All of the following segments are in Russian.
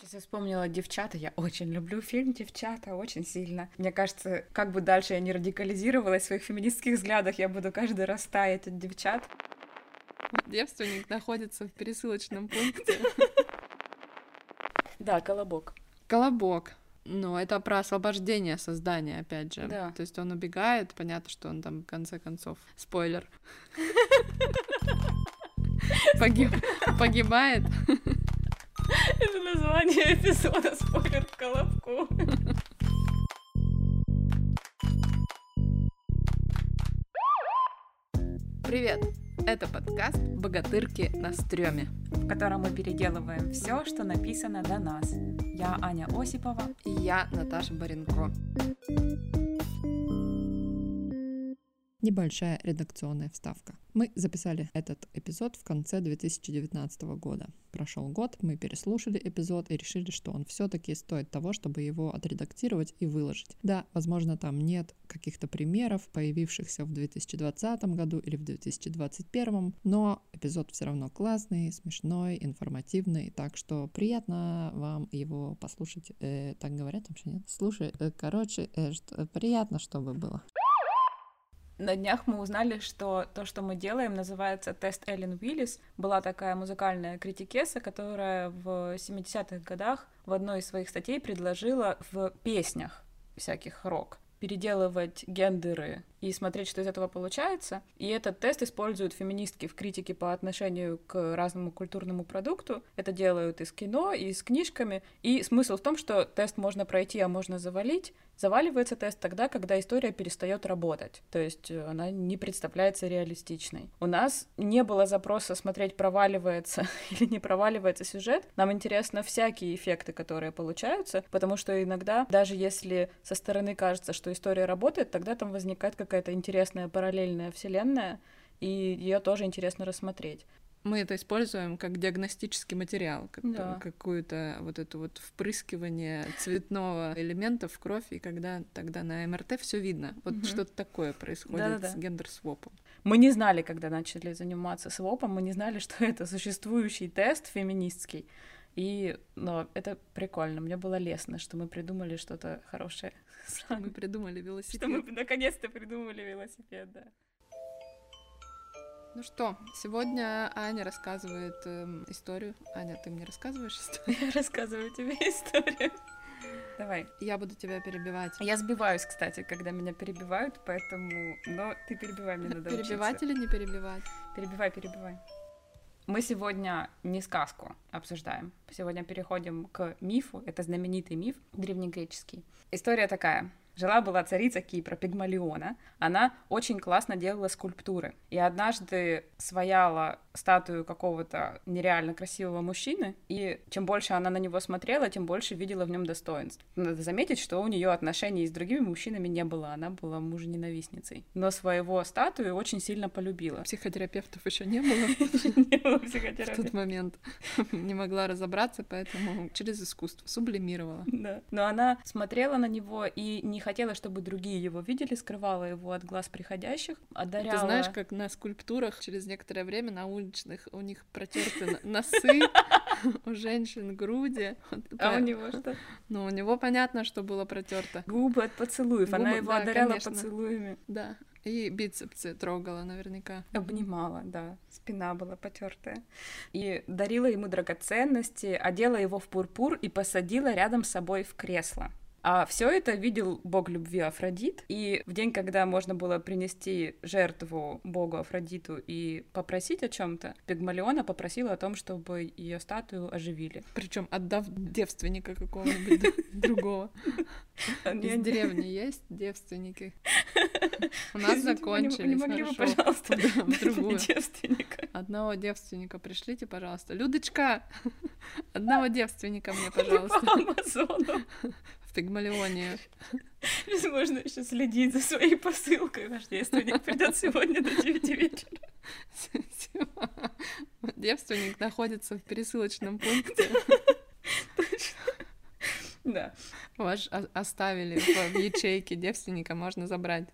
Сейчас я вспомнила «Девчата». Я очень люблю фильм «Девчата», очень сильно. Мне кажется, как бы дальше я не радикализировалась в своих феминистских взглядах, я буду каждый раз таять от девчат. Девственник находится в пересылочном пункте. Да, «Колобок». Колобок. Ну, это про освобождение создания, опять же. Да. То есть он убегает, понятно, что он там, в конце концов, спойлер, погибает. Это название эпизода «Спойлер в Колобку». Привет! Это подкаст «Богатырки на стрёме», в котором мы переделываем все, что написано до нас. Я Аня Осипова. и я Наташа Баренко. Небольшая редакционная вставка. Мы записали этот эпизод в конце 2019 года. Прошел год, мы переслушали эпизод и решили, что он все-таки стоит того, чтобы его отредактировать и выложить. Да, возможно, там нет каких-то примеров, появившихся в 2020 году или в 2021, но эпизод все равно классный, смешной, информативный, так что приятно вам его послушать. Так говорят вообще, нет? Слушай, приятно, чтобы было. На днях мы узнали, что то, что мы делаем, называется «Тест Эллен Уиллис». Была такая музыкальная критикесса, которая в 70-х годах в одной из своих статей предложила в песнях всяких рок переделывать гендеры и смотреть, что из этого получается. И этот тест используют феминистки в критике по отношению к разному культурному продукту. Это делают и с кино, и с книжками. И смысл в том, что тест можно пройти, а можно завалить. Заваливается тест тогда, когда история перестает работать. То есть она не представляется реалистичной. У нас не было запроса смотреть, проваливается или не проваливается сюжет. Нам интересно всякие эффекты, которые получаются, потому что иногда, даже если со стороны кажется, что история работает, тогда там возникает какая-то интересная параллельная вселенная, и ее тоже интересно рассмотреть. Мы это используем как диагностический материал, как Да. какое-то вот это вот впрыскивание цветного элемента в кровь, и когда тогда на МРТ все видно. Вот что-то такое происходит с гендер-свопом. Мы не знали, когда начали заниматься свопом, мы не знали, что это существующий тест феминистский. Но это прикольно, мне было лестно, что мы придумали что-то хорошее. Что мы придумали велосипед. Что мы наконец-то придумали велосипед, да. Ну что, сегодня Аня рассказывает историю. Аня, ты мне рассказываешь историю? Я рассказываю тебе историю. Давай. Я буду тебя перебивать. Я сбиваюсь, кстати, когда меня перебивают, поэтому... Но ты перебивай, мне надо перебивать учиться. Или не перебивать? Перебивай. Мы сегодня не сказку обсуждаем. Сегодня переходим к мифу. Это знаменитый миф древнегреческий. История такая. Жила-была царица Кипра, Пигмалиона. Она очень классно делала скульптуры. И однажды свояла статую какого-то нереально красивого мужчины, и чем больше она на него смотрела, тем больше видела в нем достоинств. Надо заметить, что у нее отношений с другими мужчинами не было, она была мужененавистницей. Но своего статую очень сильно полюбила. Психотерапевтов еще не было. Не было психотерапевта. В тот момент не могла разобраться, поэтому через искусство сублимировала. Да. Но она смотрела на него и не хотела, чтобы другие его видели, скрывала его от глаз приходящих, одаряла... Ты знаешь, как на скульптурах через некоторое время на уличных у них протерты носы, у женщин груди. А у него что? Ну, у него понятно, что было протерто. Губы от поцелуев. Она его одаряла поцелуями. Да. И бицепсы трогала наверняка. Обнимала, да. Спина была потертая. И дарила ему драгоценности, одела его в пурпур и посадила рядом с собой в кресло. А все это видел бог любви Афродит, и в день, когда можно было принести жертву богу Афродиту и попросить о чем-то, Пигмалиона попросила о том, чтобы ее статую оживили. Причем отдав девственника какого-нибудь другого. Из деревни есть девственники? У нас закончились. Не могли бы, пожалуйста, другую девственника? Одного девственника пришлите, пожалуйста. Людочка, одного девственника мне, пожалуйста. По Амазону. В Пигмалионе. Можно еще следить за своей посылкой. Ваш девственник придет сегодня до 9 вечера. Девственник находится в пересылочном пункте. Да. Ваш оставили в ячейке девственника, можно забрать.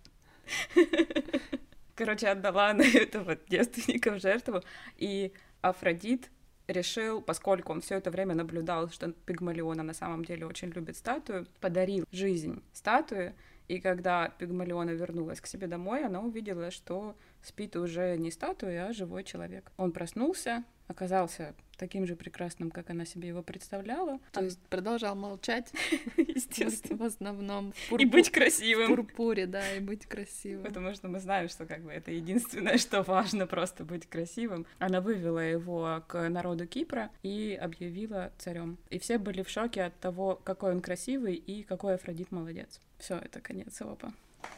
Короче, отдала она этого девственника в жертву, и Афродит решил, поскольку он все это время наблюдал, что Пигмалиона на самом деле очень любит статую, подарил жизнь статуе, и когда Пигмалиона вернулась к себе домой, она увидела, что спит уже не статуя, а живой человек. Он проснулся, оказался таким же прекрасным, как она себе его представляла. То есть продолжал молчать, естественно. в основном. И быть красивым. В пурпуре, да, и быть красивым. Потому что мы знаем, что как бы это единственное, что важно, просто быть красивым. Она вывела его к народу Кипра и объявила царем. И все были в шоке от того, какой он красивый и какой Афродит молодец. Все, это конец опа.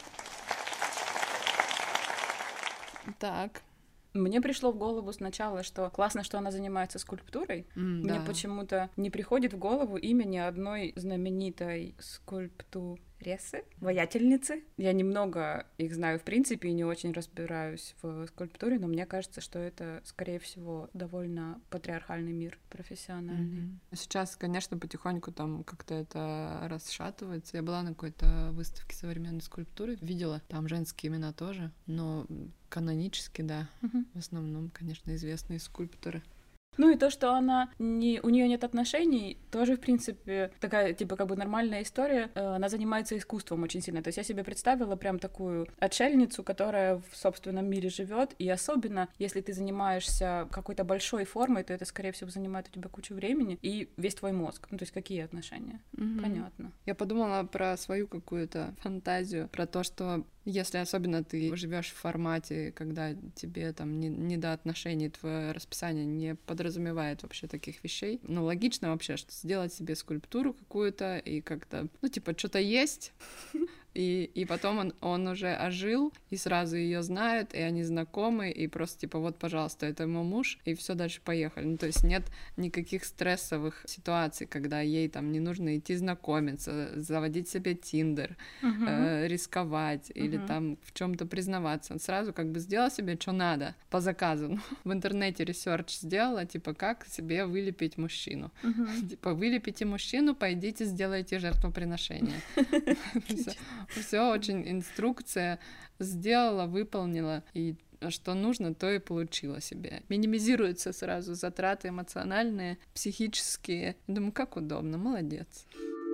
Так. Мне пришло в голову сначала, что классно, что она занимается скульптурой. Мне почему-то не приходит в голову имя ни одной знаменитой скульптуресы, воятельницы. Я немного их знаю в принципе и не очень разбираюсь в скульптуре, но мне кажется, что это, скорее всего, довольно патриархальный мир профессиональный. Сейчас, конечно, потихоньку там как-то это расшатывается. Я была на какой-то выставке современной скульптуры, видела там женские имена тоже, но канонически, да. В основном, конечно, известные скульпторы. Ну и то, что у нее нет отношений, тоже, в принципе, такая, типа, как бы нормальная история. Она занимается искусством очень сильно. То есть я себе представила прям такую отшельницу, которая в собственном мире живет, и особенно, если ты занимаешься какой-то большой формой, то это, скорее всего, занимает у тебя кучу времени и весь твой мозг. Ну, то есть какие отношения? Понятно. Я подумала про свою какую-то фантазию, про то, что если особенно ты живешь в формате, когда тебе там не до отношений, твое расписание не подразумевает вообще таких вещей, ну, логично вообще, что сделать себе скульптуру какую-то и как-то, ну, типа, что-то есть, и потом он уже ожил, и сразу ее знают, и они знакомы, и просто типа вот, пожалуйста, это мой муж, и все дальше поехали. Ну, то есть нет никаких стрессовых ситуаций, когда ей там не нужно идти знакомиться, заводить себе Тиндер, рисковать или там в чем-то признаваться. Он сразу как бы сделал себе, что надо, по заказу. Ну, в интернете ресерч сделала, типа, как себе вылепить мужчину. Типа, вылепите мужчину, пойдите, сделайте жертвоприношение. Все очень инструкция сделала, выполнила, и что нужно, то и получила себе. Минимизируются сразу затраты эмоциональные, психические. Думаю, как удобно, молодец.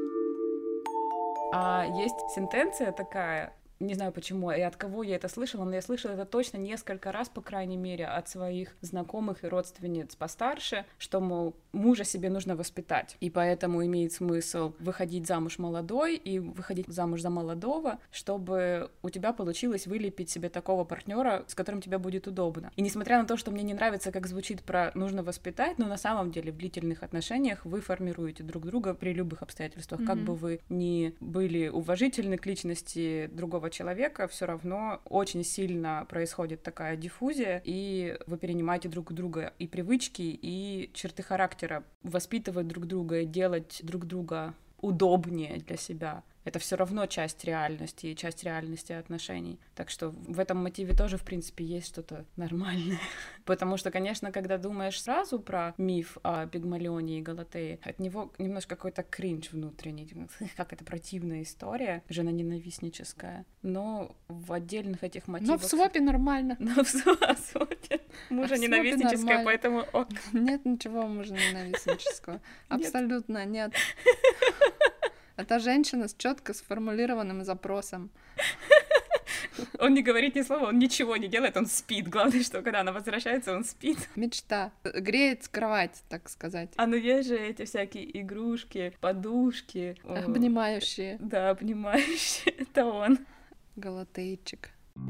А есть сентенция такая, не знаю почему и от кого я это слышала, но я слышала это точно несколько раз, по крайней мере, от своих знакомых и родственниц постарше, что, мол, мужа себе нужно воспитать, и поэтому имеет смысл выходить замуж молодой и выходить замуж за молодого, чтобы у тебя получилось вылепить себе такого партнера, с которым тебе будет удобно. И несмотря на то, что мне не нравится, как звучит про «нужно воспитать», но на самом деле в длительных отношениях вы формируете друг друга при любых обстоятельствах, как бы вы ни были уважительны к личности другого человека, все равно очень сильно происходит такая диффузия, и вы перенимаете друг у друга и привычки, и черты характера, воспитывать друг друга, делать друг друга удобнее для себя. Это все равно часть реальности и часть реальности отношений. Так что в этом мотиве тоже, в принципе, есть что-то нормальное. Потому что, конечно, когда думаешь сразу про миф о Пигмалионе и Галатее, от него немножко какой-то кринж внутренний. Как это противная история, женоненавистническая. Но в отдельных этих мотивах... Но в свопе нормально. Но в свопе мужа-ненавистническое, поэтому ок. Нет ничего мужа-ненавистнического. Абсолютно нет. Это женщина с четко сформулированным запросом. Он не говорит ни слова, он ничего не делает, он спит. Главное, что когда она возвращается, он спит. Мечта. Греет кровать, так сказать. А ну есть же эти всякие игрушки, подушки. Обнимающие. Да, обнимающие. Это он. Галатейчик.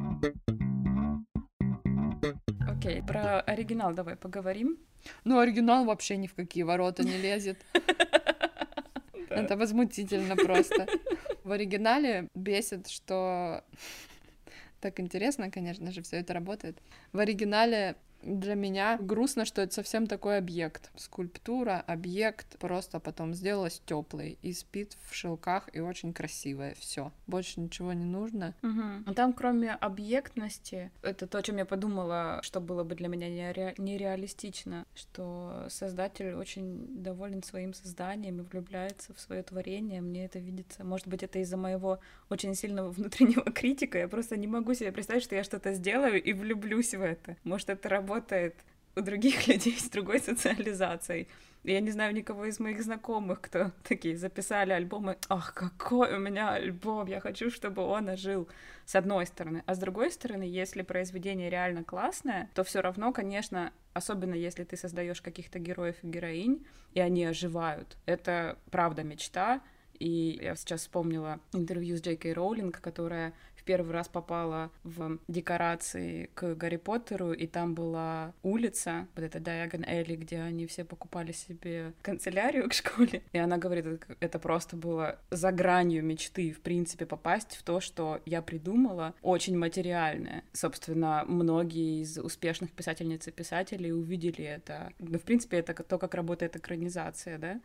Окей, про оригинал давай поговорим. Ну, оригинал вообще ни в какие ворота не лезет. Это возмутительно просто. В оригинале бесит, что... Так интересно, конечно же, все это работает. В оригинале для меня грустно, что это совсем такой объект. Скульптура, объект, просто потом сделалась теплой и спит в шелках, и очень красивая. Все, больше ничего не нужно. А там, кроме объектности, это то, о чем я подумала, что было бы для меня нереалистично, что создатель очень доволен своим созданием и влюбляется в свое творение. Мне это видится. Может быть, это из-за моего очень сильного внутреннего критика. Я просто не могу себе представить, что я что-то сделаю и влюблюсь в это. Может, это работает у других людей с другой социализацией. Я не знаю никого из моих знакомых, кто такие записали альбомы. Ах, какой у меня альбом, я хочу, чтобы он ожил. С одной стороны. А с другой стороны, если произведение реально классное, то все равно, конечно, особенно если ты создаешь каких-то героев и героинь, и они оживают. Это правда мечта. И я сейчас вспомнила интервью с Джей Кей Роулинг, которая в первый раз попала в декорации к Гарри Поттеру, и там была улица, вот эта Diagon Alley, где они все покупали себе канцелярию к школе. И она говорит, это просто было за гранью мечты, в принципе, попасть в то, что я придумала, очень материальное. Собственно, многие из успешных писательниц и писателей увидели это. Ну, в принципе, это то, как работает экранизация, да?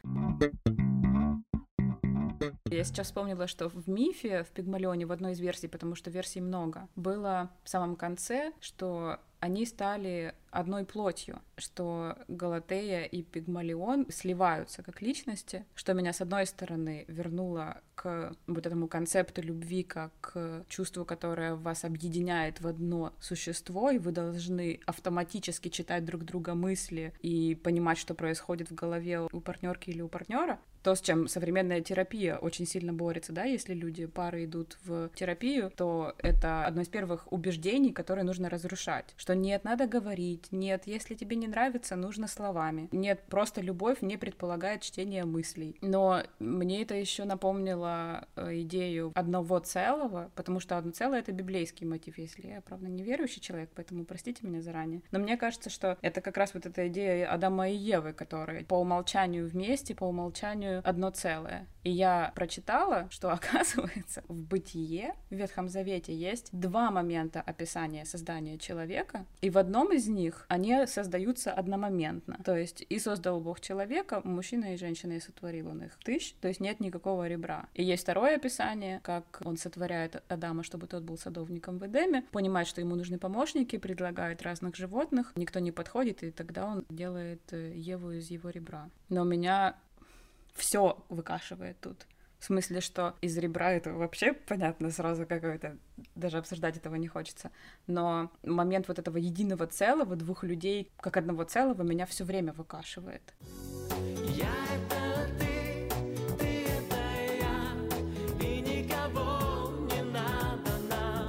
Я сейчас вспомнила, что в мифе, в Пигмалионе, в одной из версий, потому что версий много, было в самом конце, что они стали одной плотью, что Галатея и Пигмалион сливаются как личности, что меня, с одной стороны, вернуло к вот этому концепту любви как к чувству, которое вас объединяет в одно существо, и вы должны автоматически читать друг друга мысли и понимать, что происходит в голове у партнерки или у партнера. То, с чем современная терапия очень сильно борется, да, если люди, пары идут в терапию, то это одно из первых убеждений, которые нужно разрушать, что нет, надо говорить, нет, если тебе не нравится, нужно словами, нет, просто любовь не предполагает чтение мыслей. Но мне это еще напомнило идею одного целого, потому что одно целое — это библейский мотив, если я, правда, не верующий человек, поэтому простите меня заранее. Но мне кажется, что это как раз вот эта идея Адама и Евы, которые по умолчанию вместе, по умолчанию одно целое. И я прочитала, что, оказывается, в Бытие, в Ветхом Завете, есть два момента описания создания человека, и в одном из них они создаются одномоментно. То есть и создал Бог человека, мужчина и женщина, и сотворил он их. То есть нет никакого ребра. И есть второе описание, как он сотворяет Адама, чтобы тот был садовником в Эдеме, понимает, что ему нужны помощники, предлагает разных животных, никто не подходит, и тогда он делает Еву из его ребра. Но меня все выкашивает тут. В смысле, что из ребра это вообще понятно сразу какое-то, даже обсуждать этого не хочется. Но момент вот этого единого целого, двух людей как одного целого, меня все время выкашивает. Я это ты это я, и никого не надо нам.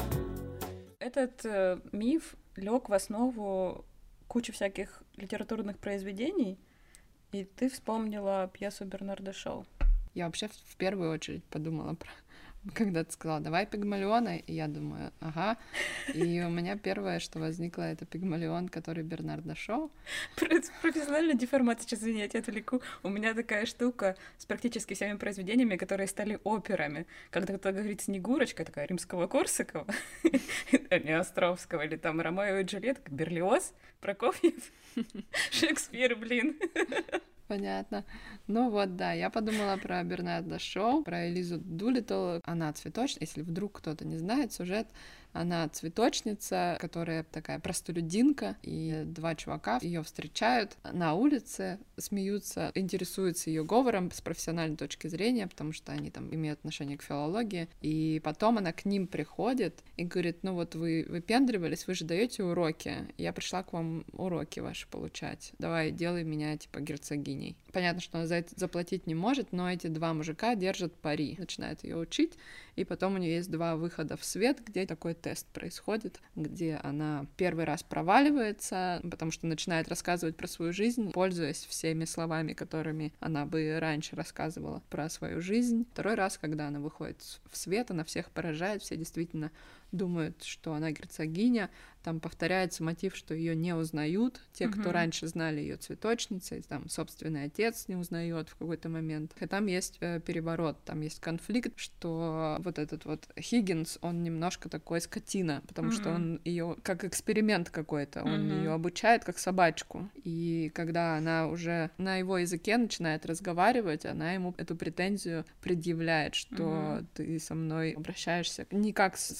Этот миф лег в основу кучи всяких литературных произведений, и ты вспомнила пьесу Бернарда Шоу. Я вообще в первую очередь подумала про... Когда ты сказала, давай Пигмалиона, и я думаю, ага. И у меня первое, что возникло, это Пигмалион, который Бернарда Шоу. Профессиональная деформация, сейчас, извини, я тебя отвлеку. У меня такая штука с практически всеми произведениями, которые стали операми. Когда кто-то говорит «Снегурочка», такая Римского-Корсакова, не Островского, или там Ромео и Джульетта, Берлиоз, Прокофьев, Шекспир, блин. Понятно. Ну вот, да, я подумала про Бернарда Шоу, про Элизу Дулиттл. Она цветочница, если вдруг кто-то не знает сюжет, она цветочница, которая такая простолюдинка, и два чувака ее встречают на улице, смеются, интересуются ее говором с профессиональной точки зрения, потому что они там имеют отношение к филологии, и потом она к ним приходит и говорит, ну вот вы выпендривались, вы же даете уроки, я пришла к вам уроки ваши получать, давай делай меня типа герцогиней. Понятно, что она за это заплатить не может, но эти два мужика держат пари, начинают ее учить, и потом у нее есть два выхода в свет, где такой тест происходит, где она первый раз проваливается, потому что начинает рассказывать про свою жизнь, пользуясь всеми словами, которыми она бы раньше рассказывала про свою жизнь. Второй раз, когда она выходит в свет, она всех поражает, все действительно думают, что она герцогиня. Там повторяется мотив, что ее не узнают. Те, кто раньше знали ее цветочницей, там собственный отец не узнает в какой-то момент. И там есть переворот, там есть конфликт, что вот этот вот Хиггинс, он немножко такой скотина, потому что он ее как эксперимент какой-то, он ее обучает как собачку. И когда она уже на его языке начинает разговаривать, она ему эту претензию предъявляет, что ты со мной обращаешься не как с нормальным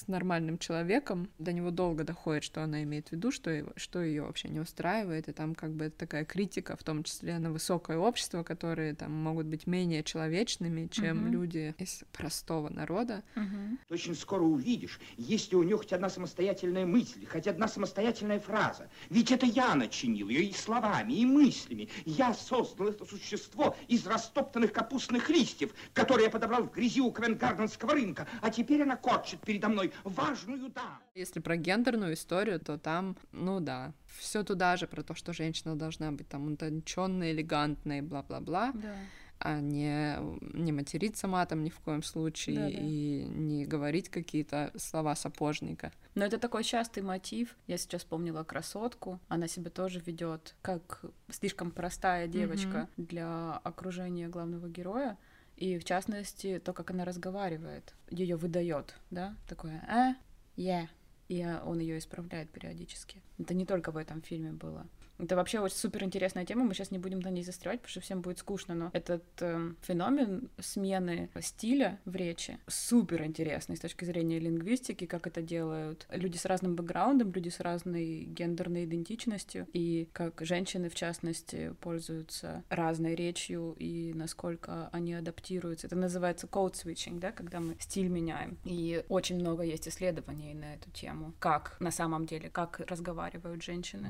нормальным человеком. До него долго доходит, что она имеет в виду, что ее вообще не устраивает, и там как бы такая критика, в том числе на высокое общество, которые там могут быть менее человечными, чем люди из простого народа. Ты очень скоро увидишь, есть ли у нее хоть одна самостоятельная мысль, хоть одна самостоятельная фраза. Ведь это я начинил ее и словами, и мыслями. Я создал это существо из растоптанных капустных листьев, которые я подобрал в грязи у Ковент-Гарденского рынка, а теперь она корчит передо мной важную даму. Если про гендерную историю, то там, ну да, все туда же про то, что женщина должна быть там утонченной, элегантной, бла-бла-бла. Да. А не материться матом ни в коем случае, Да. и не говорить какие-то слова сапожника. Но это такой частый мотив. Я сейчас вспомнила красотку. Она себя тоже ведет как слишком простая девочка для окружения главного героя. И в частности, то, как она разговаривает, ее выдает, да, такое yeah. И он ее исправляет периодически. Это не только в этом фильме было. Это вообще очень супер интересная тема, мы сейчас не будем на ней застревать, потому что всем будет скучно, но этот феномен смены стиля в речи супер интересный с точки зрения лингвистики, как это делают люди с разным бэкграундом, люди с разной гендерной идентичностью, и как женщины, в частности, пользуются разной речью, и насколько они адаптируются. Это называется code-switching, да, когда мы стиль меняем. И очень много есть исследований на эту тему, как на самом деле, как разговаривают женщины.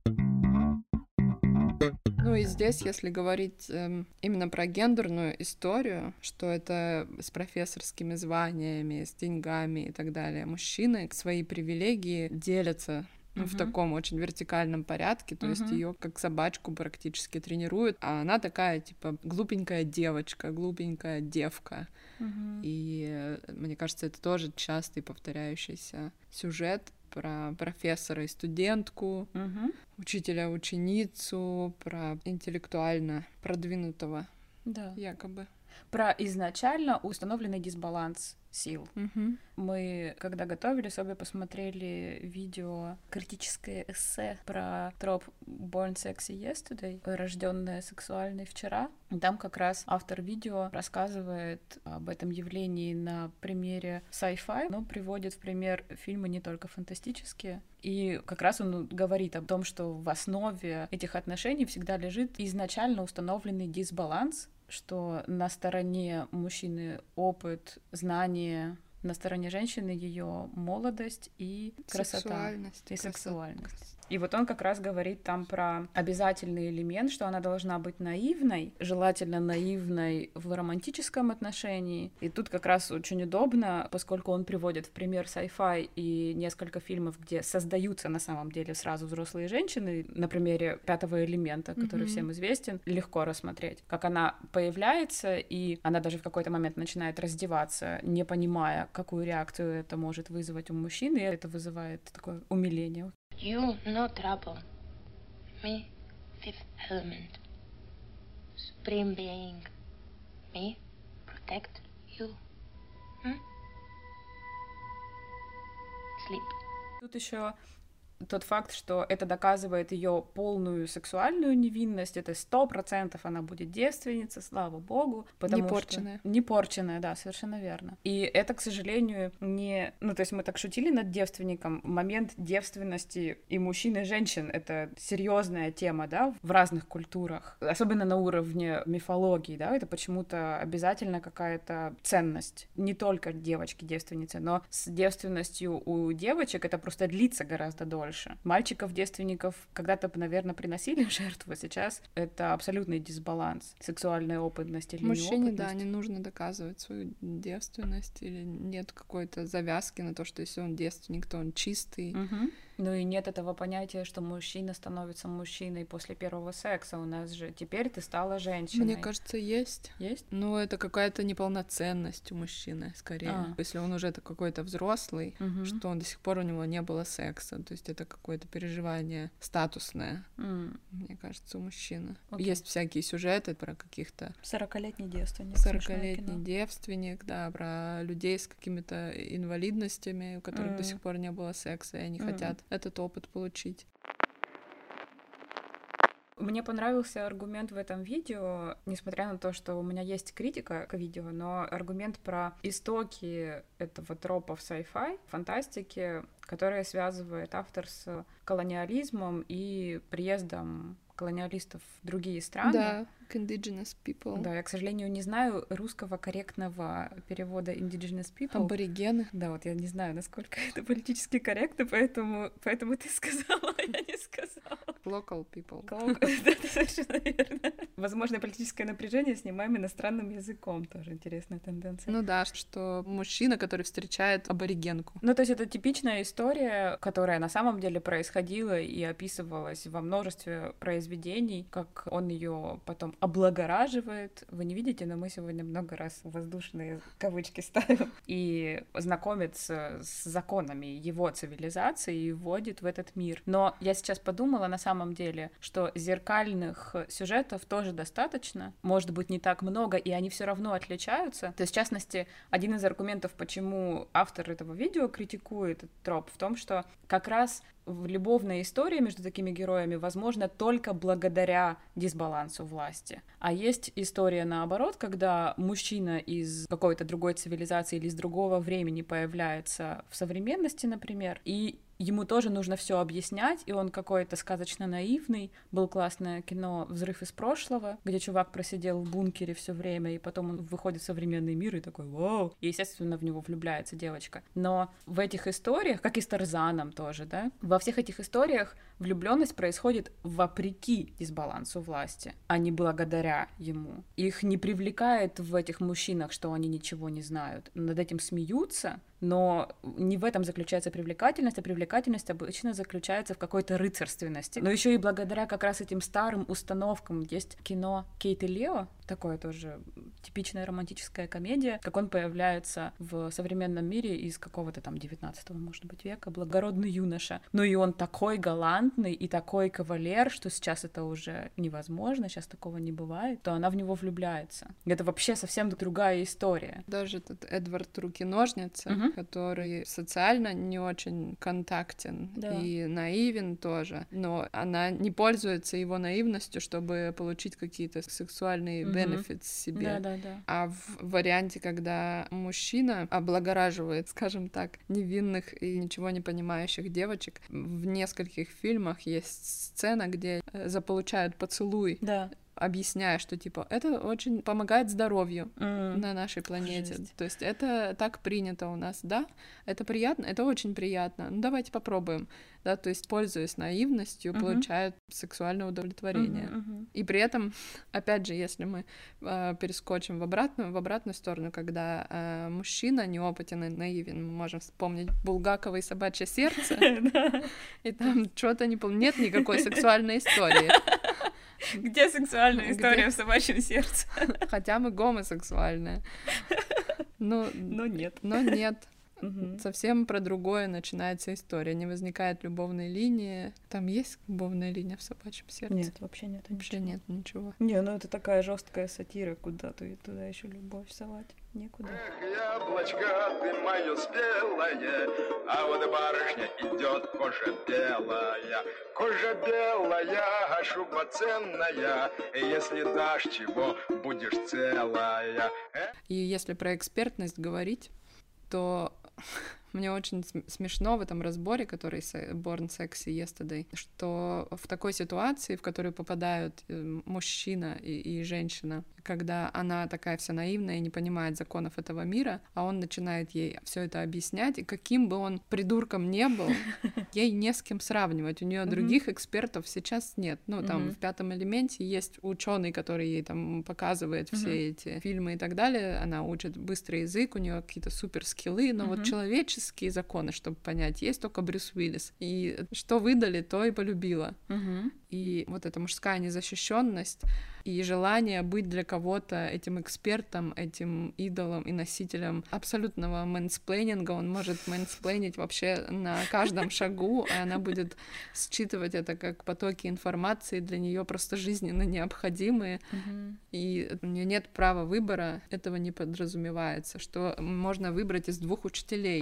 Ну и здесь, если говорить именно про гендерную историю, что это с профессорскими званиями, с деньгами и так далее, мужчины свои привилегии делятся в таком очень вертикальном порядке, то есть ее как собачку практически тренируют, а она такая, типа, глупенькая девочка, глупенькая девка. И мне кажется, это тоже частый повторяющийся сюжет про профессора и студентку, учителя-ученицу, про интеллектуально продвинутого, якобы. Про изначально установленный дисбаланс сил. Мы, когда готовились, обе посмотрели видео, критическое эссе про троп Born Sexy Yesterday, рожденная сексуальной вчера. Там как раз автор видео рассказывает об этом явлении на примере sci-fi, но приводит в пример фильмы не только фантастические. И как раз он говорит о том, что в основе этих отношений всегда лежит изначально установленный дисбаланс, что на стороне мужчины опыт, знания, на стороне женщины ее молодость и красота, и сексуальность. И вот он как раз говорит там про обязательный элемент, что она должна быть наивной, желательно наивной в романтическом отношении. И тут как раз очень удобно, поскольку он приводит в пример sci-fi и несколько фильмов, где создаются на самом деле сразу взрослые женщины, на примере «Пятого элемента», который всем известен, легко рассмотреть, как она появляется, и она даже в какой-то момент начинает раздеваться, не понимая, какую реакцию это может вызвать у мужчины, и это вызывает такое умиление. You no trouble. Me, fifth element. Supreme being. Me, protect you. Sleep. Тут еще тот факт, что это доказывает ее полную сексуальную невинность, это 100% она будет девственница, слава богу, потому непорченная. Что... Непорченная, да, совершенно верно. И это, к сожалению, не... Ну, то есть мы так шутили над девственником. Момент девственности и мужчин, и женщин — это серьезная тема, да, в разных культурах, особенно на уровне мифологии, да, это почему-то обязательно какая-то ценность. Не только девочки-девственницы, но с девственностью у девочек это просто длится гораздо дольше. Мальчиков-девственников когда-то, наверное, приносили в жертву, сейчас это абсолютный дисбаланс. Сексуальная опытность или неопытность. Мужчине, да, не нужно доказывать свою девственность, или нет какой-то завязки на то, что если он девственник, то он чистый. Ну и нет этого понятия, что мужчина становится мужчиной после первого секса. У нас же теперь ты стала женщиной. Мне кажется, есть. Есть? Ну, это какая-то неполноценность у мужчины, скорее. Если он уже какой-то взрослый, что он до сих пор у него не было секса. То есть это какое-то переживание статусное, мне кажется, у мужчины. Есть всякие сюжеты про каких-то... 40-летний девственник. 40-летний девственник, да, про людей с какими-то инвалидностями, у которых до сих пор не было секса, и они хотят этот опыт получить. Мне понравился аргумент в этом видео, несмотря на то, что у меня есть критика к видео, но аргумент про истоки этого тропа в sci-fi, фантастики, которая связывает автор с колониализмом и приездом колониалистов в другие страны. Да, к indigenous people. Да, я, к сожалению, не знаю русского корректного перевода indigenous people. Аборигены. Да, вот я не знаю, насколько это политически корректно, поэтому ты сказала, а я не сказала. Local people. Это совершенно верно. Возможно, политическое напряжение снимаем иностранным языком. Тоже интересная тенденция. Ну да, что мужчина, который встречает аборигенку. Ну, то есть это типичная история, которая на самом деле происходила и описывалась во множестве произведений, как он ее потом облагораживает. Вы не видите, но мы сегодня много раз воздушные кавычки ставим. И знакомится с законами его цивилизации и вводит в этот мир. Но я сейчас подумала на самом деле, что зеркальных сюжетов тоже достаточно. Может быть, не так много, и они все равно отличаются. То есть, в частности, один из аргументов, почему автор этого видео критикует этот троп, в том, что как раз в любовной истории между такими героями возможно только благодаря дисбалансу власти. А есть история наоборот, когда мужчина из какой-то другой цивилизации или из другого времени появляется в современности, например, и ему тоже нужно все объяснять, и он какой-то сказочно наивный. Было классное кино «Взрыв из прошлого», где чувак просидел в бункере все время, и потом он выходит в современный мир и такой «Вау!» И, естественно, в него влюбляется девочка. Но в этих историях, как и с Тарзаном тоже, да, во всех этих историях влюбленность происходит вопреки дисбалансу власти, а не благодаря ему. Их не привлекает в этих мужчинах, что они ничего не знают. Над этим смеются, но не в этом заключается привлекательность, а привлекательность обычно заключается в какой-то рыцарственности. Но еще и благодаря как раз этим старым установкам. Есть кино «Кейт и Лео», такое тоже типичная романтическая комедия, как он появляется в современном мире из какого-то там 19-го, может быть, века, благородный юноша. Ну и он такой галантный и такой кавалер, что сейчас это уже невозможно, сейчас такого не бывает, то она в него влюбляется. Это вообще совсем другая история. Даже этот Эдвард Руки-ножницы, который социально не очень контактен и наивен тоже, но она не пользуется его наивностью, чтобы получить какие-то сексуальные benefits себе. А в варианте, когда мужчина облагораживает, скажем так, невинных и ничего не понимающих девочек, в нескольких фильмах есть сцена, где заполучают поцелуй, объясняя, что, типа, это очень помогает здоровью на нашей планете. Жесть. То есть это так принято у нас, да? Это приятно? Это очень приятно. Ну, давайте попробуем. Да, то есть, пользуясь наивностью, получают сексуальное удовлетворение. И при этом, опять же, если мы перескочим в обратную сторону, когда мужчина неопытен и наивен, мы можем вспомнить Булгакова и «Собачье сердце», и там что-то нет никакой сексуальной истории. Где сексуальная история в «Собачьем сердце»? Хотя мы гомосексуальные. Но нет. Но нет. Совсем про другое начинается история. Не возникает любовной линии. Там есть любовная линия в «Собачьем сердце»? Нет, вообще нет. Вообще нет ничего. Не, ну это такая жесткая сатира, куда туда еще любовь совать. Некуда. Эх, яблочко, ты моё спелое, а вот барышня идет кожа белая, шуба ценная, если дашь чего, будешь целая. И если про экспертность говорить, то мне очень смешно в этом разборе, который Born Sexy Yesterday, что в такой ситуации, в которую попадают мужчина и женщина, когда она такая вся наивная и не понимает законов этого мира, а он начинает ей все это объяснять, и каким бы он придурком не был, ей не с кем сравнивать. У нее других экспертов сейчас нет. Ну, там в «Пятом элементе» есть ученый, который ей там показывает все эти фильмы и так далее. Она учит быстрый язык, у нее какие-то суперскиллы, но вот человеческие законы, чтобы понять, есть только Брюс Уиллис. И что выдали, то и полюбила. И вот эта мужская незащищенность и желание быть для кого-то этим экспертом, этим идолом и носителем абсолютного мэнсплейнинга. Он может мэнсплейнить вообще на каждом шагу, и она будет считывать это как потоки информации, для нее просто жизненно необходимые. И у нее нет права выбора, этого не подразумевается, что можно выбрать из двух учителей.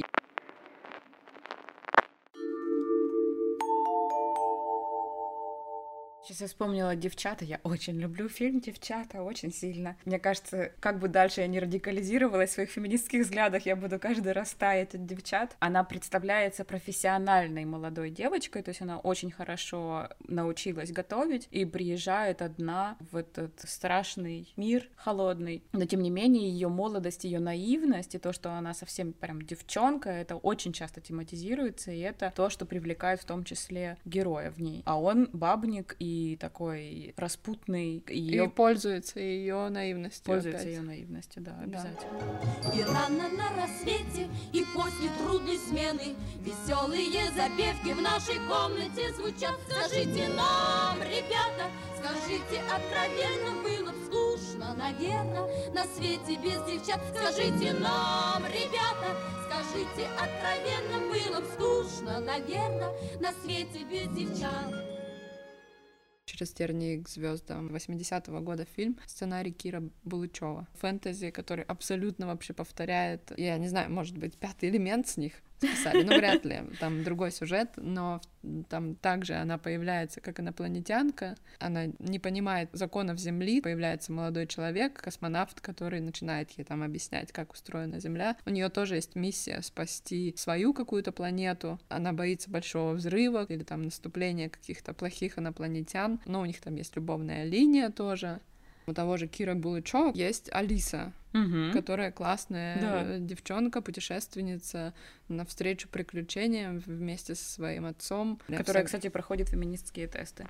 Сейчас я вспомнила «Девчата». Я очень люблю фильм «Девчата», очень сильно. Мне кажется, как бы дальше я не радикализировалась в своих феминистских взглядах, я буду каждый раз таять от «Девчат». Она представляется профессиональной молодой девочкой, то есть она очень хорошо научилась готовить и приезжает одна в этот страшный мир холодный. Но тем не менее ее молодость, ее наивность и то, что она совсем прям девчонка, это очень часто тематизируется, и это то, что привлекает в том числе героя в ней. А он бабник и такой распутный. И пользуется ее наивностью. Пользуется ее наивностью, да, обязательно. И рано на рассвете, и после трудной смены веселые запевки в нашей комнате звучат. Скажите нам, ребята, скажите откровенно, было б скучно, наверное, на свете без девчат. Скажите нам, ребята, скажите откровенно, было б скучно, наверное, на свете без девчат. «Через тернии к звездам» 80-го года фильм, сценарий Кира Булычева. Фэнтези, который абсолютно вообще повторяет, я не знаю, может быть, «Пятый элемент» с них списали, ну вряд ли, там другой сюжет, но там также она появляется как инопланетянка, она не понимает законов Земли, появляется молодой человек, космонавт, который начинает ей там объяснять, как устроена Земля. У нее тоже есть миссия спасти свою какую-то планету, она боится большого взрыва или там наступления каких-то плохих инопланетян, но у них там есть любовная линия тоже. У того же Кира Булычева есть Алиса, которая классная девчонка, путешественница навстречу приключениям вместе со своим отцом. Которая, кстати, проходит феминистские тесты.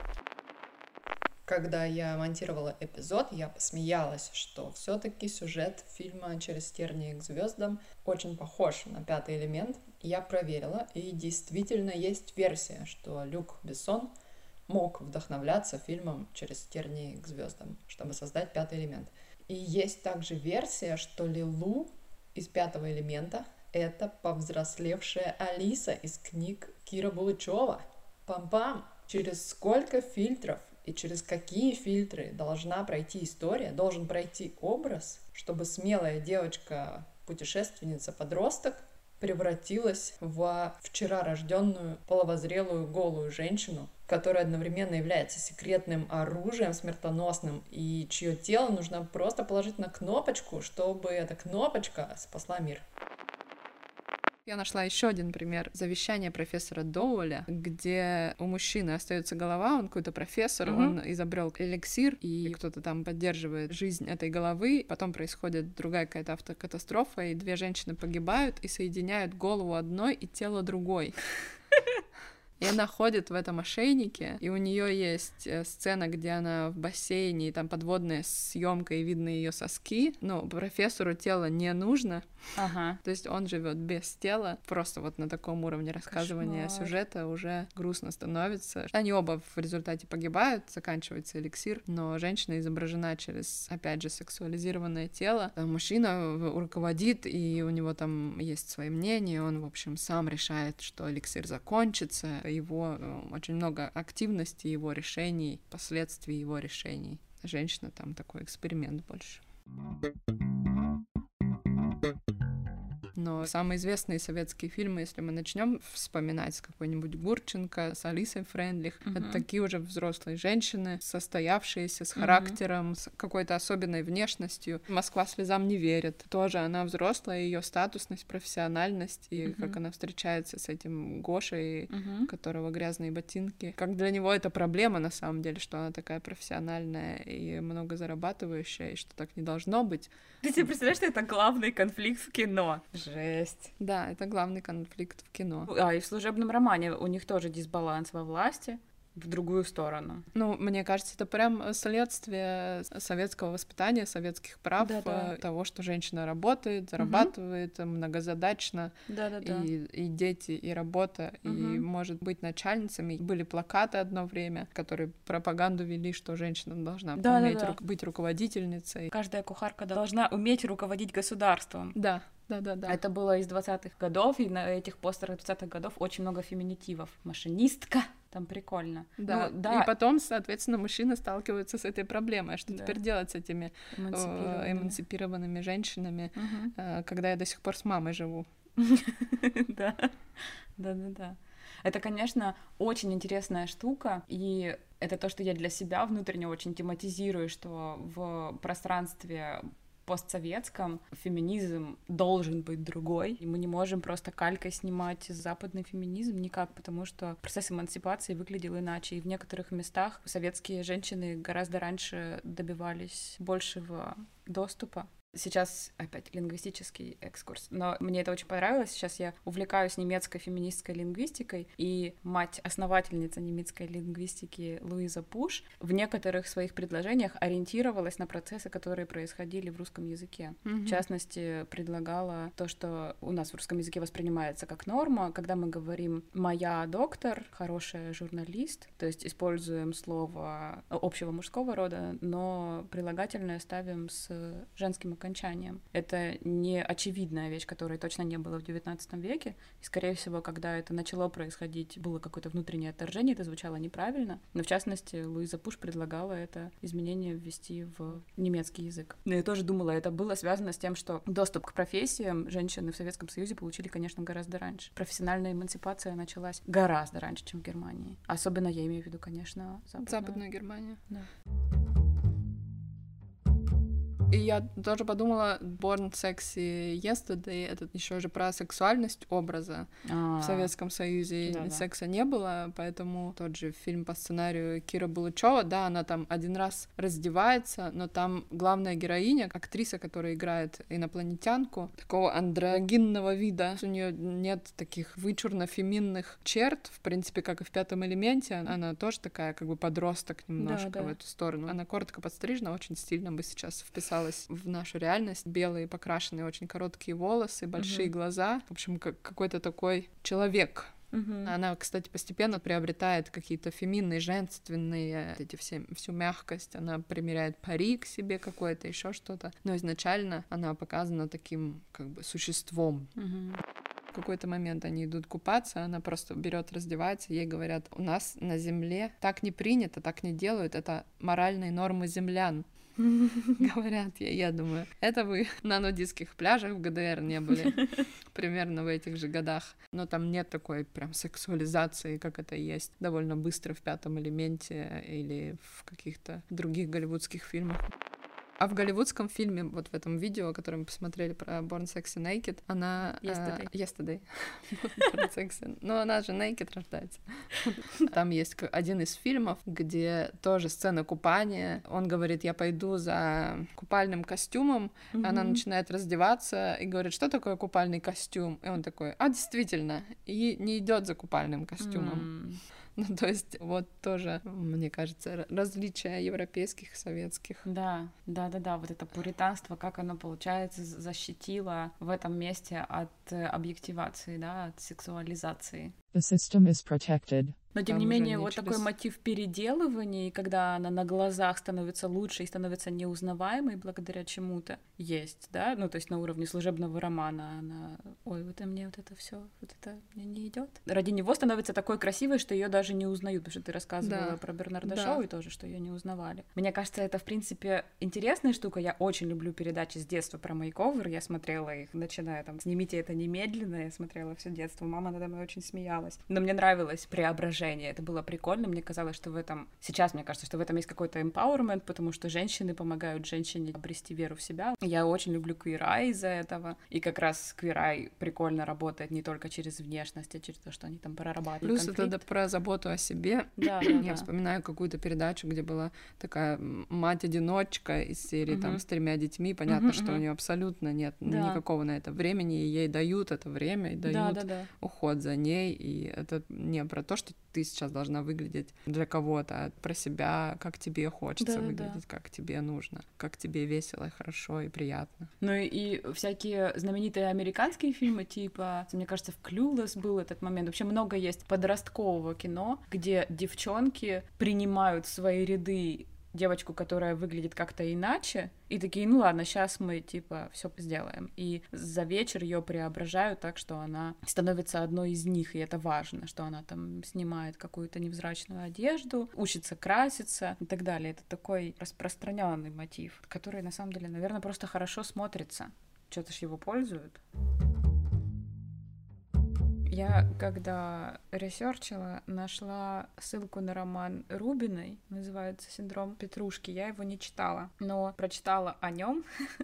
Когда я монтировала эпизод, я посмеялась, что все-таки сюжет фильма «Через тернии к звездам» очень похож на «Пятый элемент». Я проверила, и действительно есть версия, что Люк Бессон мог вдохновляться фильмом «Через тернии к звездам», чтобы создать «Пятый элемент». И есть также версия, что Лилу из «Пятого элемента» — это повзрослевшая Алиса из книг Кира Булычева. Пам-пам! Через сколько фильтров и через какие фильтры должна пройти история, должен пройти образ, чтобы смелая девочка-путешественница, подросток превратилась в вчера рожденную половозрелую голую женщину, которая одновременно является секретным оружием смертоносным, и чье тело нужно просто положить на кнопочку, чтобы эта кнопочка спасла мир. Я нашла еще один пример завещания профессора Доуэля, где у мужчины остается голова, он какой-то профессор, он изобрел эликсир, и кто-то там поддерживает жизнь этой головы, потом происходит другая какая-то автокатастрофа, и две женщины погибают и соединяют голову одной и тело другой. И она ходит в этом ошейнике, и у нее есть сцена, где она в бассейне, и там подводная съемка, и видно ее соски. Но профессору тело не нужно. То есть он живет без тела. Просто вот на таком уровне рассказывания сюжета уже грустно становится. Они оба в результате погибают, заканчивается эликсир, но женщина изображена через, опять же, сексуализированное тело. Мужчина руководит, и у него там есть свои мнения, он, в общем, сам решает, что эликсир закончится, его очень много активности его решений, последствий его решений. Женщина там такой эксперимент больше. Но самые известные советские фильмы, если мы начнем вспоминать, с какой-нибудь Гурченко, с Алисой Фрейндлих, это такие уже взрослые женщины, состоявшиеся, с характером, с какой-то особенной внешностью. «Москва слезам не верит». Тоже она взрослая, ее статусность, профессиональность, и как она встречается с этим Гошей, у которого грязные ботинки. Как для него это проблема, на самом деле, что она такая профессиональная и много зарабатывающая, и что так не должно быть. Ты себе представляешь, что это главный конфликт в кино? Жесть. Да, это главный конфликт в кино. И в «Служебном романе» у них тоже дисбаланс во власти в другую сторону. Ну, мне кажется, это прям следствие советского воспитания, советских прав, того, что женщина работает, зарабатывает, многозадачно, и дети, и работа, и может быть начальницами. Были плакаты одно время, которые пропаганду вели, что женщина должна уметь быть руководительницей. Каждая кухарка должна уметь руководить государством. Да. Это было из 20-х годов, и на этих постерах 20-х годов очень много феминитивов. Машинистка, там прикольно. Да. И потом, соответственно, мужчины сталкиваются с этой проблемой. Что теперь делать с этими эмансипированными женщинами, когда я до сих пор с мамой живу? Да. Это, конечно, очень интересная штука, и это то, что я для себя внутренне очень тематизирую, что в пространстве постсоветском феминизм должен быть другой, и мы не можем просто калькой снимать западный феминизм никак, потому что процесс эмансипации выглядел иначе, и в некоторых местах советские женщины гораздо раньше добивались большего доступа. Сейчас опять лингвистический экскурс, но мне это очень понравилось. Сейчас я увлекаюсь немецкой феминистской лингвистикой, и мать-основательница немецкой лингвистики Луиза Пуш в некоторых своих предложениях ориентировалась на процессы, которые происходили в русском языке. В частности, предлагала то, что у нас в русском языке воспринимается как норма, когда мы говорим «моя доктор», «хорошая журналист», то есть используем слово общего мужского рода, но прилагательное ставим с женским окончанием. Это не очевидная вещь, которой точно не было в XIX веке. И, скорее всего, когда это начало происходить, было какое-то внутреннее отторжение, это звучало неправильно. Но, в частности, Луиза Пуш предлагала это изменение ввести в немецкий язык. Но я тоже думала, это было связано с тем, что доступ к профессиям женщины в Советском Союзе получили, конечно, гораздо раньше. Профессиональная эмансипация началась гораздо раньше, чем в Германии. Особенно я имею в виду, конечно, Западную Германию. Да. И я тоже подумала, Born Sexy Yesterday, это еще же про сексуальность образа. В Советском Союзе секса не было, поэтому тот же фильм по сценарию Кира Булычева, да, она там один раз раздевается, но там главная героиня, актриса, которая играет инопланетянку, такого андрогинного вида, у нее нет таких вычурно-феминных черт, в принципе, как и в «Пятом элементе», она тоже такая, как бы подросток немножко в эту сторону. Она коротко подстрижена, очень стильно бы сейчас вписалась в нашу реальность. Белые покрашенные очень короткие волосы, большие глаза. В общем, какой-то такой человек. Она, кстати, постепенно приобретает какие-то феминные, женственные, всю мягкость. Она примеряет парик себе какой-то, еще что-то. Но изначально она показана таким, как бы, существом. В какой-то момент они идут купаться, она просто берет, раздевается, ей говорят: у нас на земле так не принято, так не делают, это моральные нормы землян. Говорят, я думаю, это вы на нудистских пляжах в ГДР не были примерно в этих же годах. Но там нет такой прям сексуализации, как это есть довольно быстро в «Пятом элементе» или в каких-то других голливудских фильмах. А в голливудском фильме, вот в этом видео, которое мы посмотрели про Born Sexy Naked, она... Yesterday. Born Sexy. Но она же naked рождается. Там есть один из фильмов, где тоже сцена купания. Он говорит: я пойду за купальным костюмом. Она начинает раздеваться и говорит: что такое купальный костюм? И он такой: действительно, и не идет за купальным костюмом. Ну, то есть вот тоже, мне кажется, различия европейских и советских. Да, вот это пуританство, как оно, получается, защитило в этом месте от объективации, да, от сексуализации. The system is protected. Но, тем не менее, вот такой мотив переделывания, когда она на глазах становится лучше и становится неузнаваемой благодаря чему-то, есть, да? Ну, то есть на уровне служебного романа она: ой, вот мне вот это все, вот это мне не идет. Ради него становится такой красивой, что ее даже не узнают, потому что ты рассказывала про Бернарда Шоу и тоже, что ее не узнавали. Мне кажется, это, в принципе, интересная штука. Я очень люблю передачи с детства про мейковер. Я смотрела их, начиная там «Снимите это немедленно». Я смотрела все детство. Мама надо мной очень смеялась. Но мне нравилось преображение. Это было прикольно. Мне казалось, что в этом... Сейчас мне кажется, что в этом есть какой-то empowerment, потому что женщины помогают женщине обрести веру в себя. Я очень люблю Queer Eye из-за этого. И как раз Queer Eye прикольно работает не только через внешность, а через то, что они там прорабатывают конфликт. Плюс это про заботу о себе. Я вспоминаю какую-то передачу, где была такая мать-одиночка из серии там с 3 детьми. Понятно, что у нее абсолютно нет никакого на это времени, и ей дают это время, и дают уход за ней. И это не про то, что ты сейчас должна выглядеть для кого-то, а про себя, как тебе хочется выглядеть, как тебе нужно, как тебе весело, и хорошо и приятно. Ну и всякие знаменитые американские фильмы, типа, мне кажется, в Clueless был этот момент. Вообще много есть подросткового кино, где девчонки принимают в свои ряды девочку, которая выглядит как-то иначе, и такие: ну ладно, сейчас мы, типа, все сделаем. И за вечер ее преображают так, что она становится одной из них, и это важно, что она там снимает какую-то невзрачную одежду, учится краситься и так далее. Это такой распространенный мотив, который, на самом деле, наверное, просто хорошо смотрится. Что-то ж его пользуют. Я, когда ресерчила, нашла ссылку на роман Рубиной, называется «Синдром Петрушки». Я его не читала, но прочитала о нем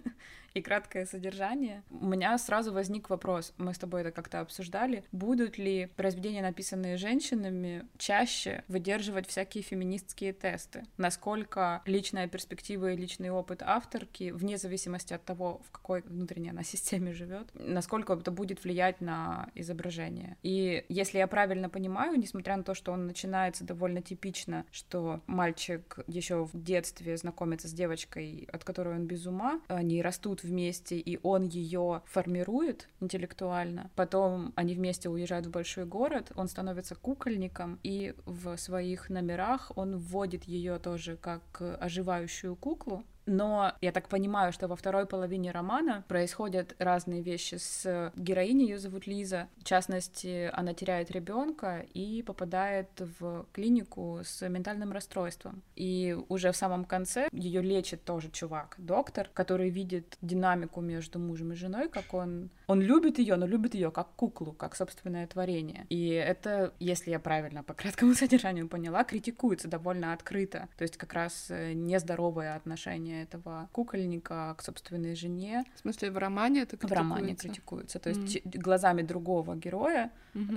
и краткое содержание. У меня сразу возник вопрос, мы с тобой это как-то обсуждали, будут ли произведения, написанные женщинами, чаще выдерживать всякие феминистские тесты? Насколько личная перспектива и личный опыт авторки, вне зависимости от того, в какой внутренней она системе живет, насколько это будет влиять на изображение? И если я правильно понимаю, несмотря на то, что он начинается довольно типично, что мальчик еще в детстве знакомится с девочкой, от которой он без ума, они растут вместе, и он ее формирует интеллектуально. Потом они вместе уезжают в большой город, он становится кукольником, и в своих номерах он вводит ее тоже как оживающую куклу. Но я так понимаю, что во второй половине романа происходят разные вещи с героиней, ее зовут Лиза. В частности, она теряет ребенка и попадает в клинику с ментальным расстройством. И уже в самом конце ее лечит тоже чувак, доктор, который видит динамику между мужем и женой, как он любит ее, но любит ее как куклу, как собственное творение. И это, если я правильно по краткому содержанию поняла, критикуется довольно открыто. То есть как раз нездоровое отношение этого кукольника к собственной жене. В смысле, в романе это критикуется? В романе критикуется. То есть глазами другого героя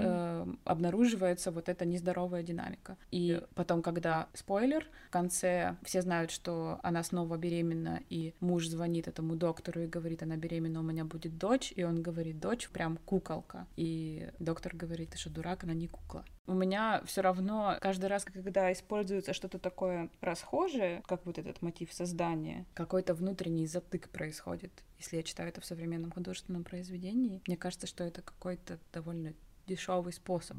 обнаруживается вот эта нездоровая динамика. И потом, когда, спойлер, в конце все знают, что она снова беременна, и муж звонит этому доктору и говорит, она беременна, у меня будет дочь, и он говорит, дочь прям куколка. И доктор говорит, ты что, дурак, она не кукла. У меня все равно каждый раз, когда используется что-то такое расхожее, как вот этот мотив создания, какой-то внутренний затык происходит. Если я читаю это в современном художественном произведении, мне кажется, что это какой-то довольно дешевый способ.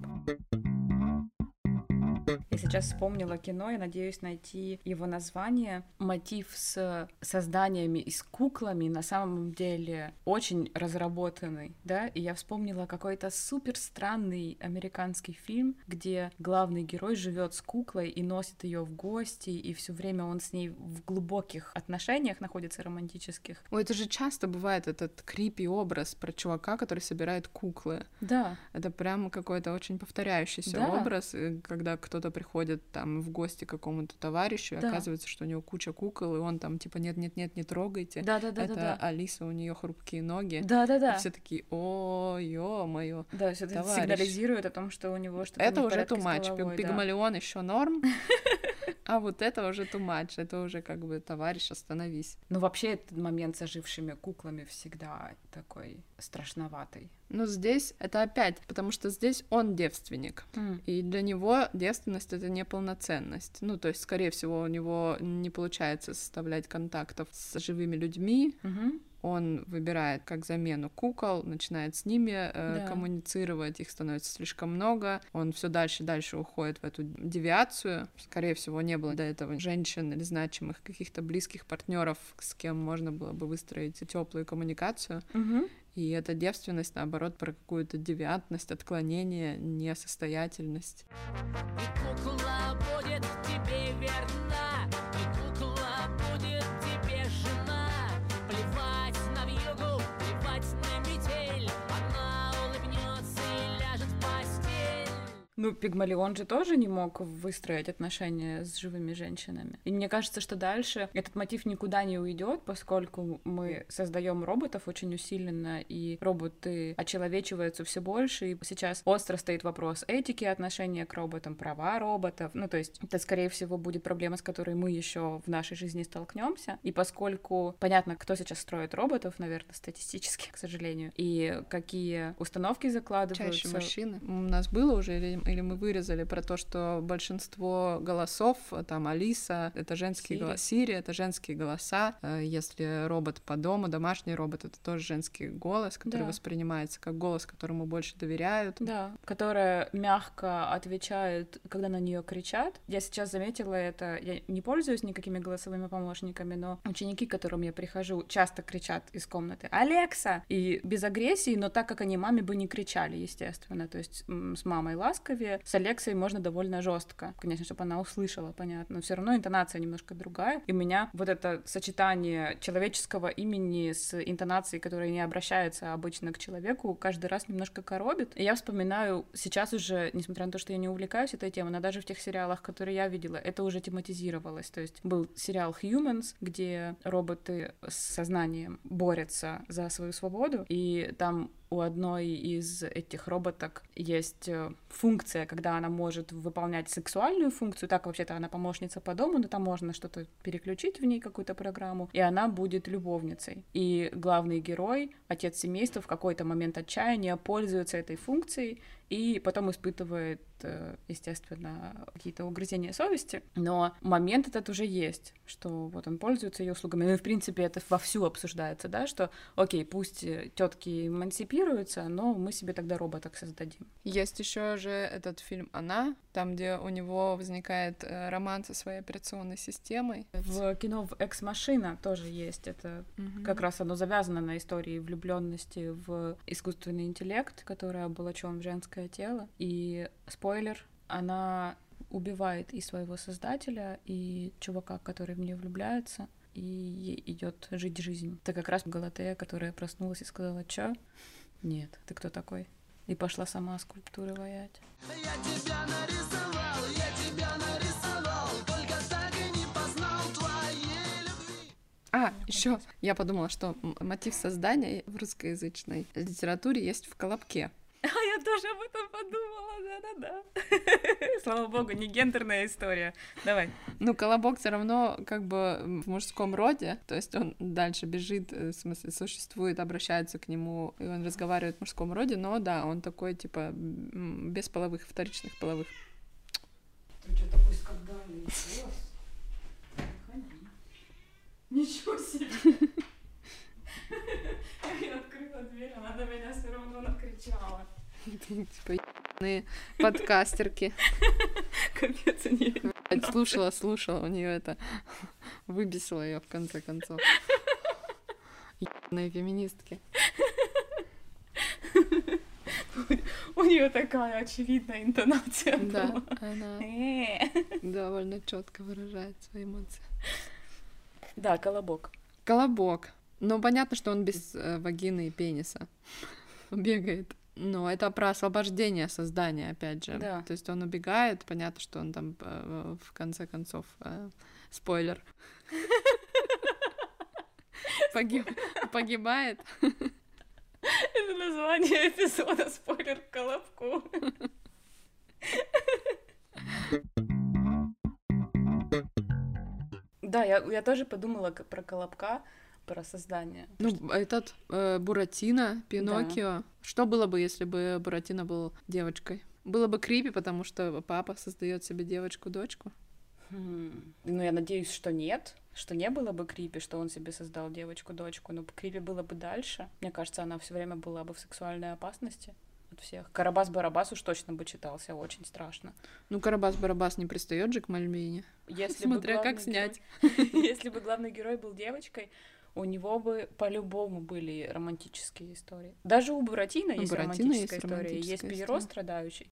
Я сейчас вспомнила кино, я надеюсь найти его название. Мотив с созданиями и с куклами на самом деле очень разработанный, да, и я вспомнила какой-то супер странный американский фильм, где главный герой живет с куклой и носит ее в гости, и все время он с ней в глубоких отношениях находится, романтических. Ой, это же часто бывает этот крипи образ про чувака, который собирает куклы. Да. Это прям какой-то очень повторяющийся образ, когда кто-то приходит там в гости к какому-то товарищу, и оказывается, что у него куча кукол, и он там типа нет-нет-нет, не трогайте. Это Алиса, у нее хрупкие ноги. Да-да-да. И все такие, о, ё-моё. Да, все это сигнализирует о том, что у него что-то это не в уже порядке too much. с головой, Пигмалион еще норм, а вот это уже too much. Это уже как бы, товарищ, остановись. Ну, вообще, этот момент с ожившими куклами всегда такой страшноватый. Но здесь это опять, потому что здесь он девственник, и для него девственность — это неполноценность. Ну, то есть, скорее всего, у него не получается составлять контактов с живыми людьми, он выбирает как замену кукол, начинает с ними коммуницировать, их становится слишком много, он все дальше и дальше уходит в эту девиацию. Скорее всего, не было до этого женщин или значимых каких-то близких партнеров, с кем можно было бы выстроить теплую коммуникацию. И эта девственность, наоборот, про какую-то девиантность, отклонение, несостоятельность. И кукла будет тебе верна, и кукла будет тебе жена. Плевать на вьюгу, плевать на метель, она улыбнется и ляжет в постель. Ну, Пигмалион же тоже не мог выстроить отношения с живыми женщинами. И мне кажется, что дальше этот мотив никуда не уйдет, поскольку мы создаем роботов очень усиленно, и роботы очеловечиваются все больше, и сейчас остро стоит вопрос этики отношения к роботам, права роботов. Ну, то есть это, скорее всего, будет проблема, с которой мы еще в нашей жизни столкнемся. И поскольку понятно, кто сейчас строит роботов, наверное, статистически, к сожалению, и какие установки закладываются. Чаще мужчины. У нас было уже или мы вырезали про то, что большинство голосов, там Алиса, это женские голоса, Сири, это женские голоса. Если робот по дому, домашний робот, это тоже женский голос, который воспринимается как голос, которому больше доверяют. Да, которая мягко отвечает, когда на нее кричат. Я сейчас заметила это, я не пользуюсь никакими голосовыми помощниками, но ученики, к которым я прихожу, часто кричат из комнаты «Алекса!» и без агрессии, но так, как они маме бы не кричали, естественно. То есть с мамой ласковее, вызове с Алексой можно довольно жестко, конечно, чтобы она услышала, понятно, но все равно интонация немножко другая. И у меня вот это сочетание человеческого имени с интонацией, которая не обращается обычно к человеку, каждый раз немножко коробит. И я вспоминаю сейчас уже, несмотря на то, что я не увлекаюсь этой темой, но даже в тех сериалах, которые я видела, это уже тематизировалось. То есть был сериал Humans, где роботы с сознанием борются за свою свободу, и там у одной из этих роботок есть функция, когда она может выполнять сексуальную функцию, так вообще-то она помощница по дому, но там можно что-то переключить в ней, какую-то программу, и она будет любовницей. И главный герой, отец семейства, в какой-то момент отчаяния пользуется этой функцией и потом испытывает, естественно, какие-то угрызения совести. Но момент этот уже есть, что вот он пользуется ее услугами. Ну и, в принципе, это вовсю обсуждается, да, что, окей, пусть тетки эмансипируются, но мы себе тогда роботок создадим. Есть еще же этот фильм «Она», там, где у него возникает роман со своей операционной системой. В кино в «Экс-машина» тоже есть. Это как раз оно завязано на истории влюбленности в искусственный интеллект, который облачен в женское тело. И спойлер, она убивает и своего создателя, и чувака, который в нее влюбляется, и ей идет жить жизнь. Это как раз Галатея, которая проснулась и сказала: «Чё? Нет, ты кто такой?» И пошла сама скульптуры ваять. Я тебя нарисовал, только так и не познал твоей любви. Еще я подумала, что мотив создания в русскоязычной литературе есть в «Колобке». Я тоже об этом подумала, да-да-да. Слава богу, не гендерная история. Давай. Ну, Колобок все равно как бы в мужском роде, то есть он дальше бежит, в смысле, существует, обращается к нему, и он разговаривает в мужском роде, но да, он такой, типа, без половых, вторичных половых. Ты что такой скандальный голос? Ничего себе! Я открыла дверь, она на меня все равно накричала. Типа ебаные подкастерки. Капец, они... Слушала, у нее это выбесило ее в конце концов. Ебаные феминистки. У нее такая очевидная интонация. Да, она довольно четко выражает свои эмоции. Да, Колобок. Колобок. Ну, понятно, что он без вагины и пениса бегает. Но это про освобождение создания, опять же. Да. То есть он убегает, понятно, что он там в конце концов спойлер. Погибает. Это название эпизода «Спойлер к Колобку». Да, я тоже подумала про Колобка, про создание. Ну, этот Буратино, Пиноккио. Да. Что было бы, если бы Буратино был девочкой? Было бы крипи, потому что папа создает себе девочку-дочку? Ну, я надеюсь, что нет, что не было бы крипи, что он себе создал девочку-дочку, но крипи было бы дальше. Мне кажется, она все время была бы в сексуальной опасности от всех. Карабас-Барабас уж точно бы читался, очень страшно. Ну, Карабас-Барабас не пристает же к Мальвине. Смотря как снять. Если бы главный герой был девочкой, у него бы по-любому были романтические истории. Даже у Буратино есть романтическая история. Есть Пьеро страдающий.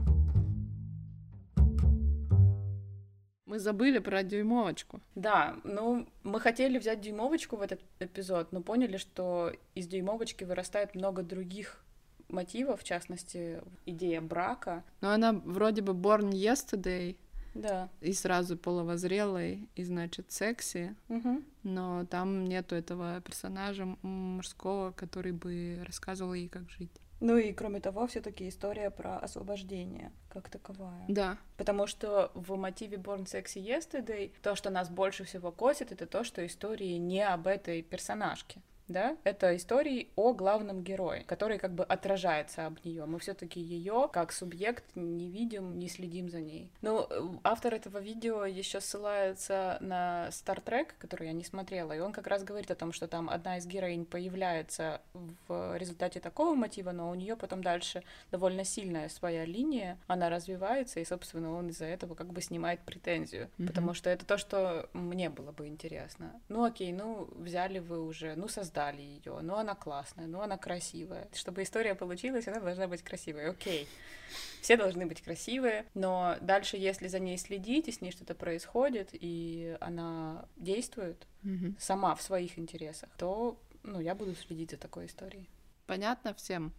Мы забыли про Дюймовочку. Да, ну, мы хотели взять Дюймовочку в этот эпизод, но поняли, что из Дюймовочки вырастает много других мотивов, в частности, идея брака. Но она вроде бы born yesterday. Да. И сразу половозрелой, и, значит, секси. Угу. Но там нету этого персонажа мужского, который бы рассказывал ей, как жить. Ну и, кроме того, все-таки история про освобождение как таковая. Да. Потому что в мотиве Born Sexy Yesterday то, что нас больше всего косит, это то, что истории не об этой персонажке. Да, это истории о главном герое, который как бы отражается об нее. Мы все-таки ее как субъект не видим, не следим за ней. Но автор этого видео еще ссылается на Star Trek, который я не смотрела, и он как раз говорит о том, что там одна из героинь появляется в результате такого мотива, но у нее потом дальше довольно сильная своя линия, она развивается, и, собственно, он из-за этого как бы снимает претензию, потому что это то, что мне было бы интересно. Ну окей, ну взяли вы уже, ну создали создали ее, ну она классная, ну она красивая. Чтобы история получилась, она должна быть красивой, окей. Все должны быть красивые, но дальше, если за ней следить, и с ней что-то происходит, и она действует сама в своих интересах, то, ну, я буду следить за такой историей. Понятно всем?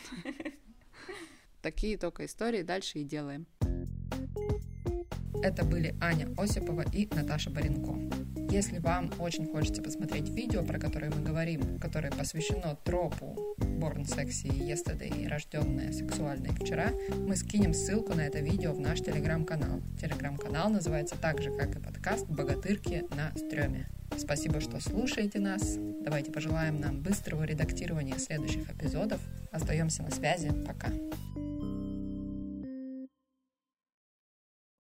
Такие только истории дальше и делаем. Это были Аня Осипова и Наташа Баренко. Если вам очень хочется посмотреть видео, про которое мы говорим, которое посвящено тропу Born Sexy Yesterday, рожденная сексуальной вчера, мы скинем ссылку на это видео в наш телеграм-канал. Телеграм-канал называется так же, как и подкаст «Богатырки на стрёме». Спасибо, что слушаете нас. Давайте пожелаем нам быстрого редактирования следующих эпизодов. Остаемся на связи. Пока.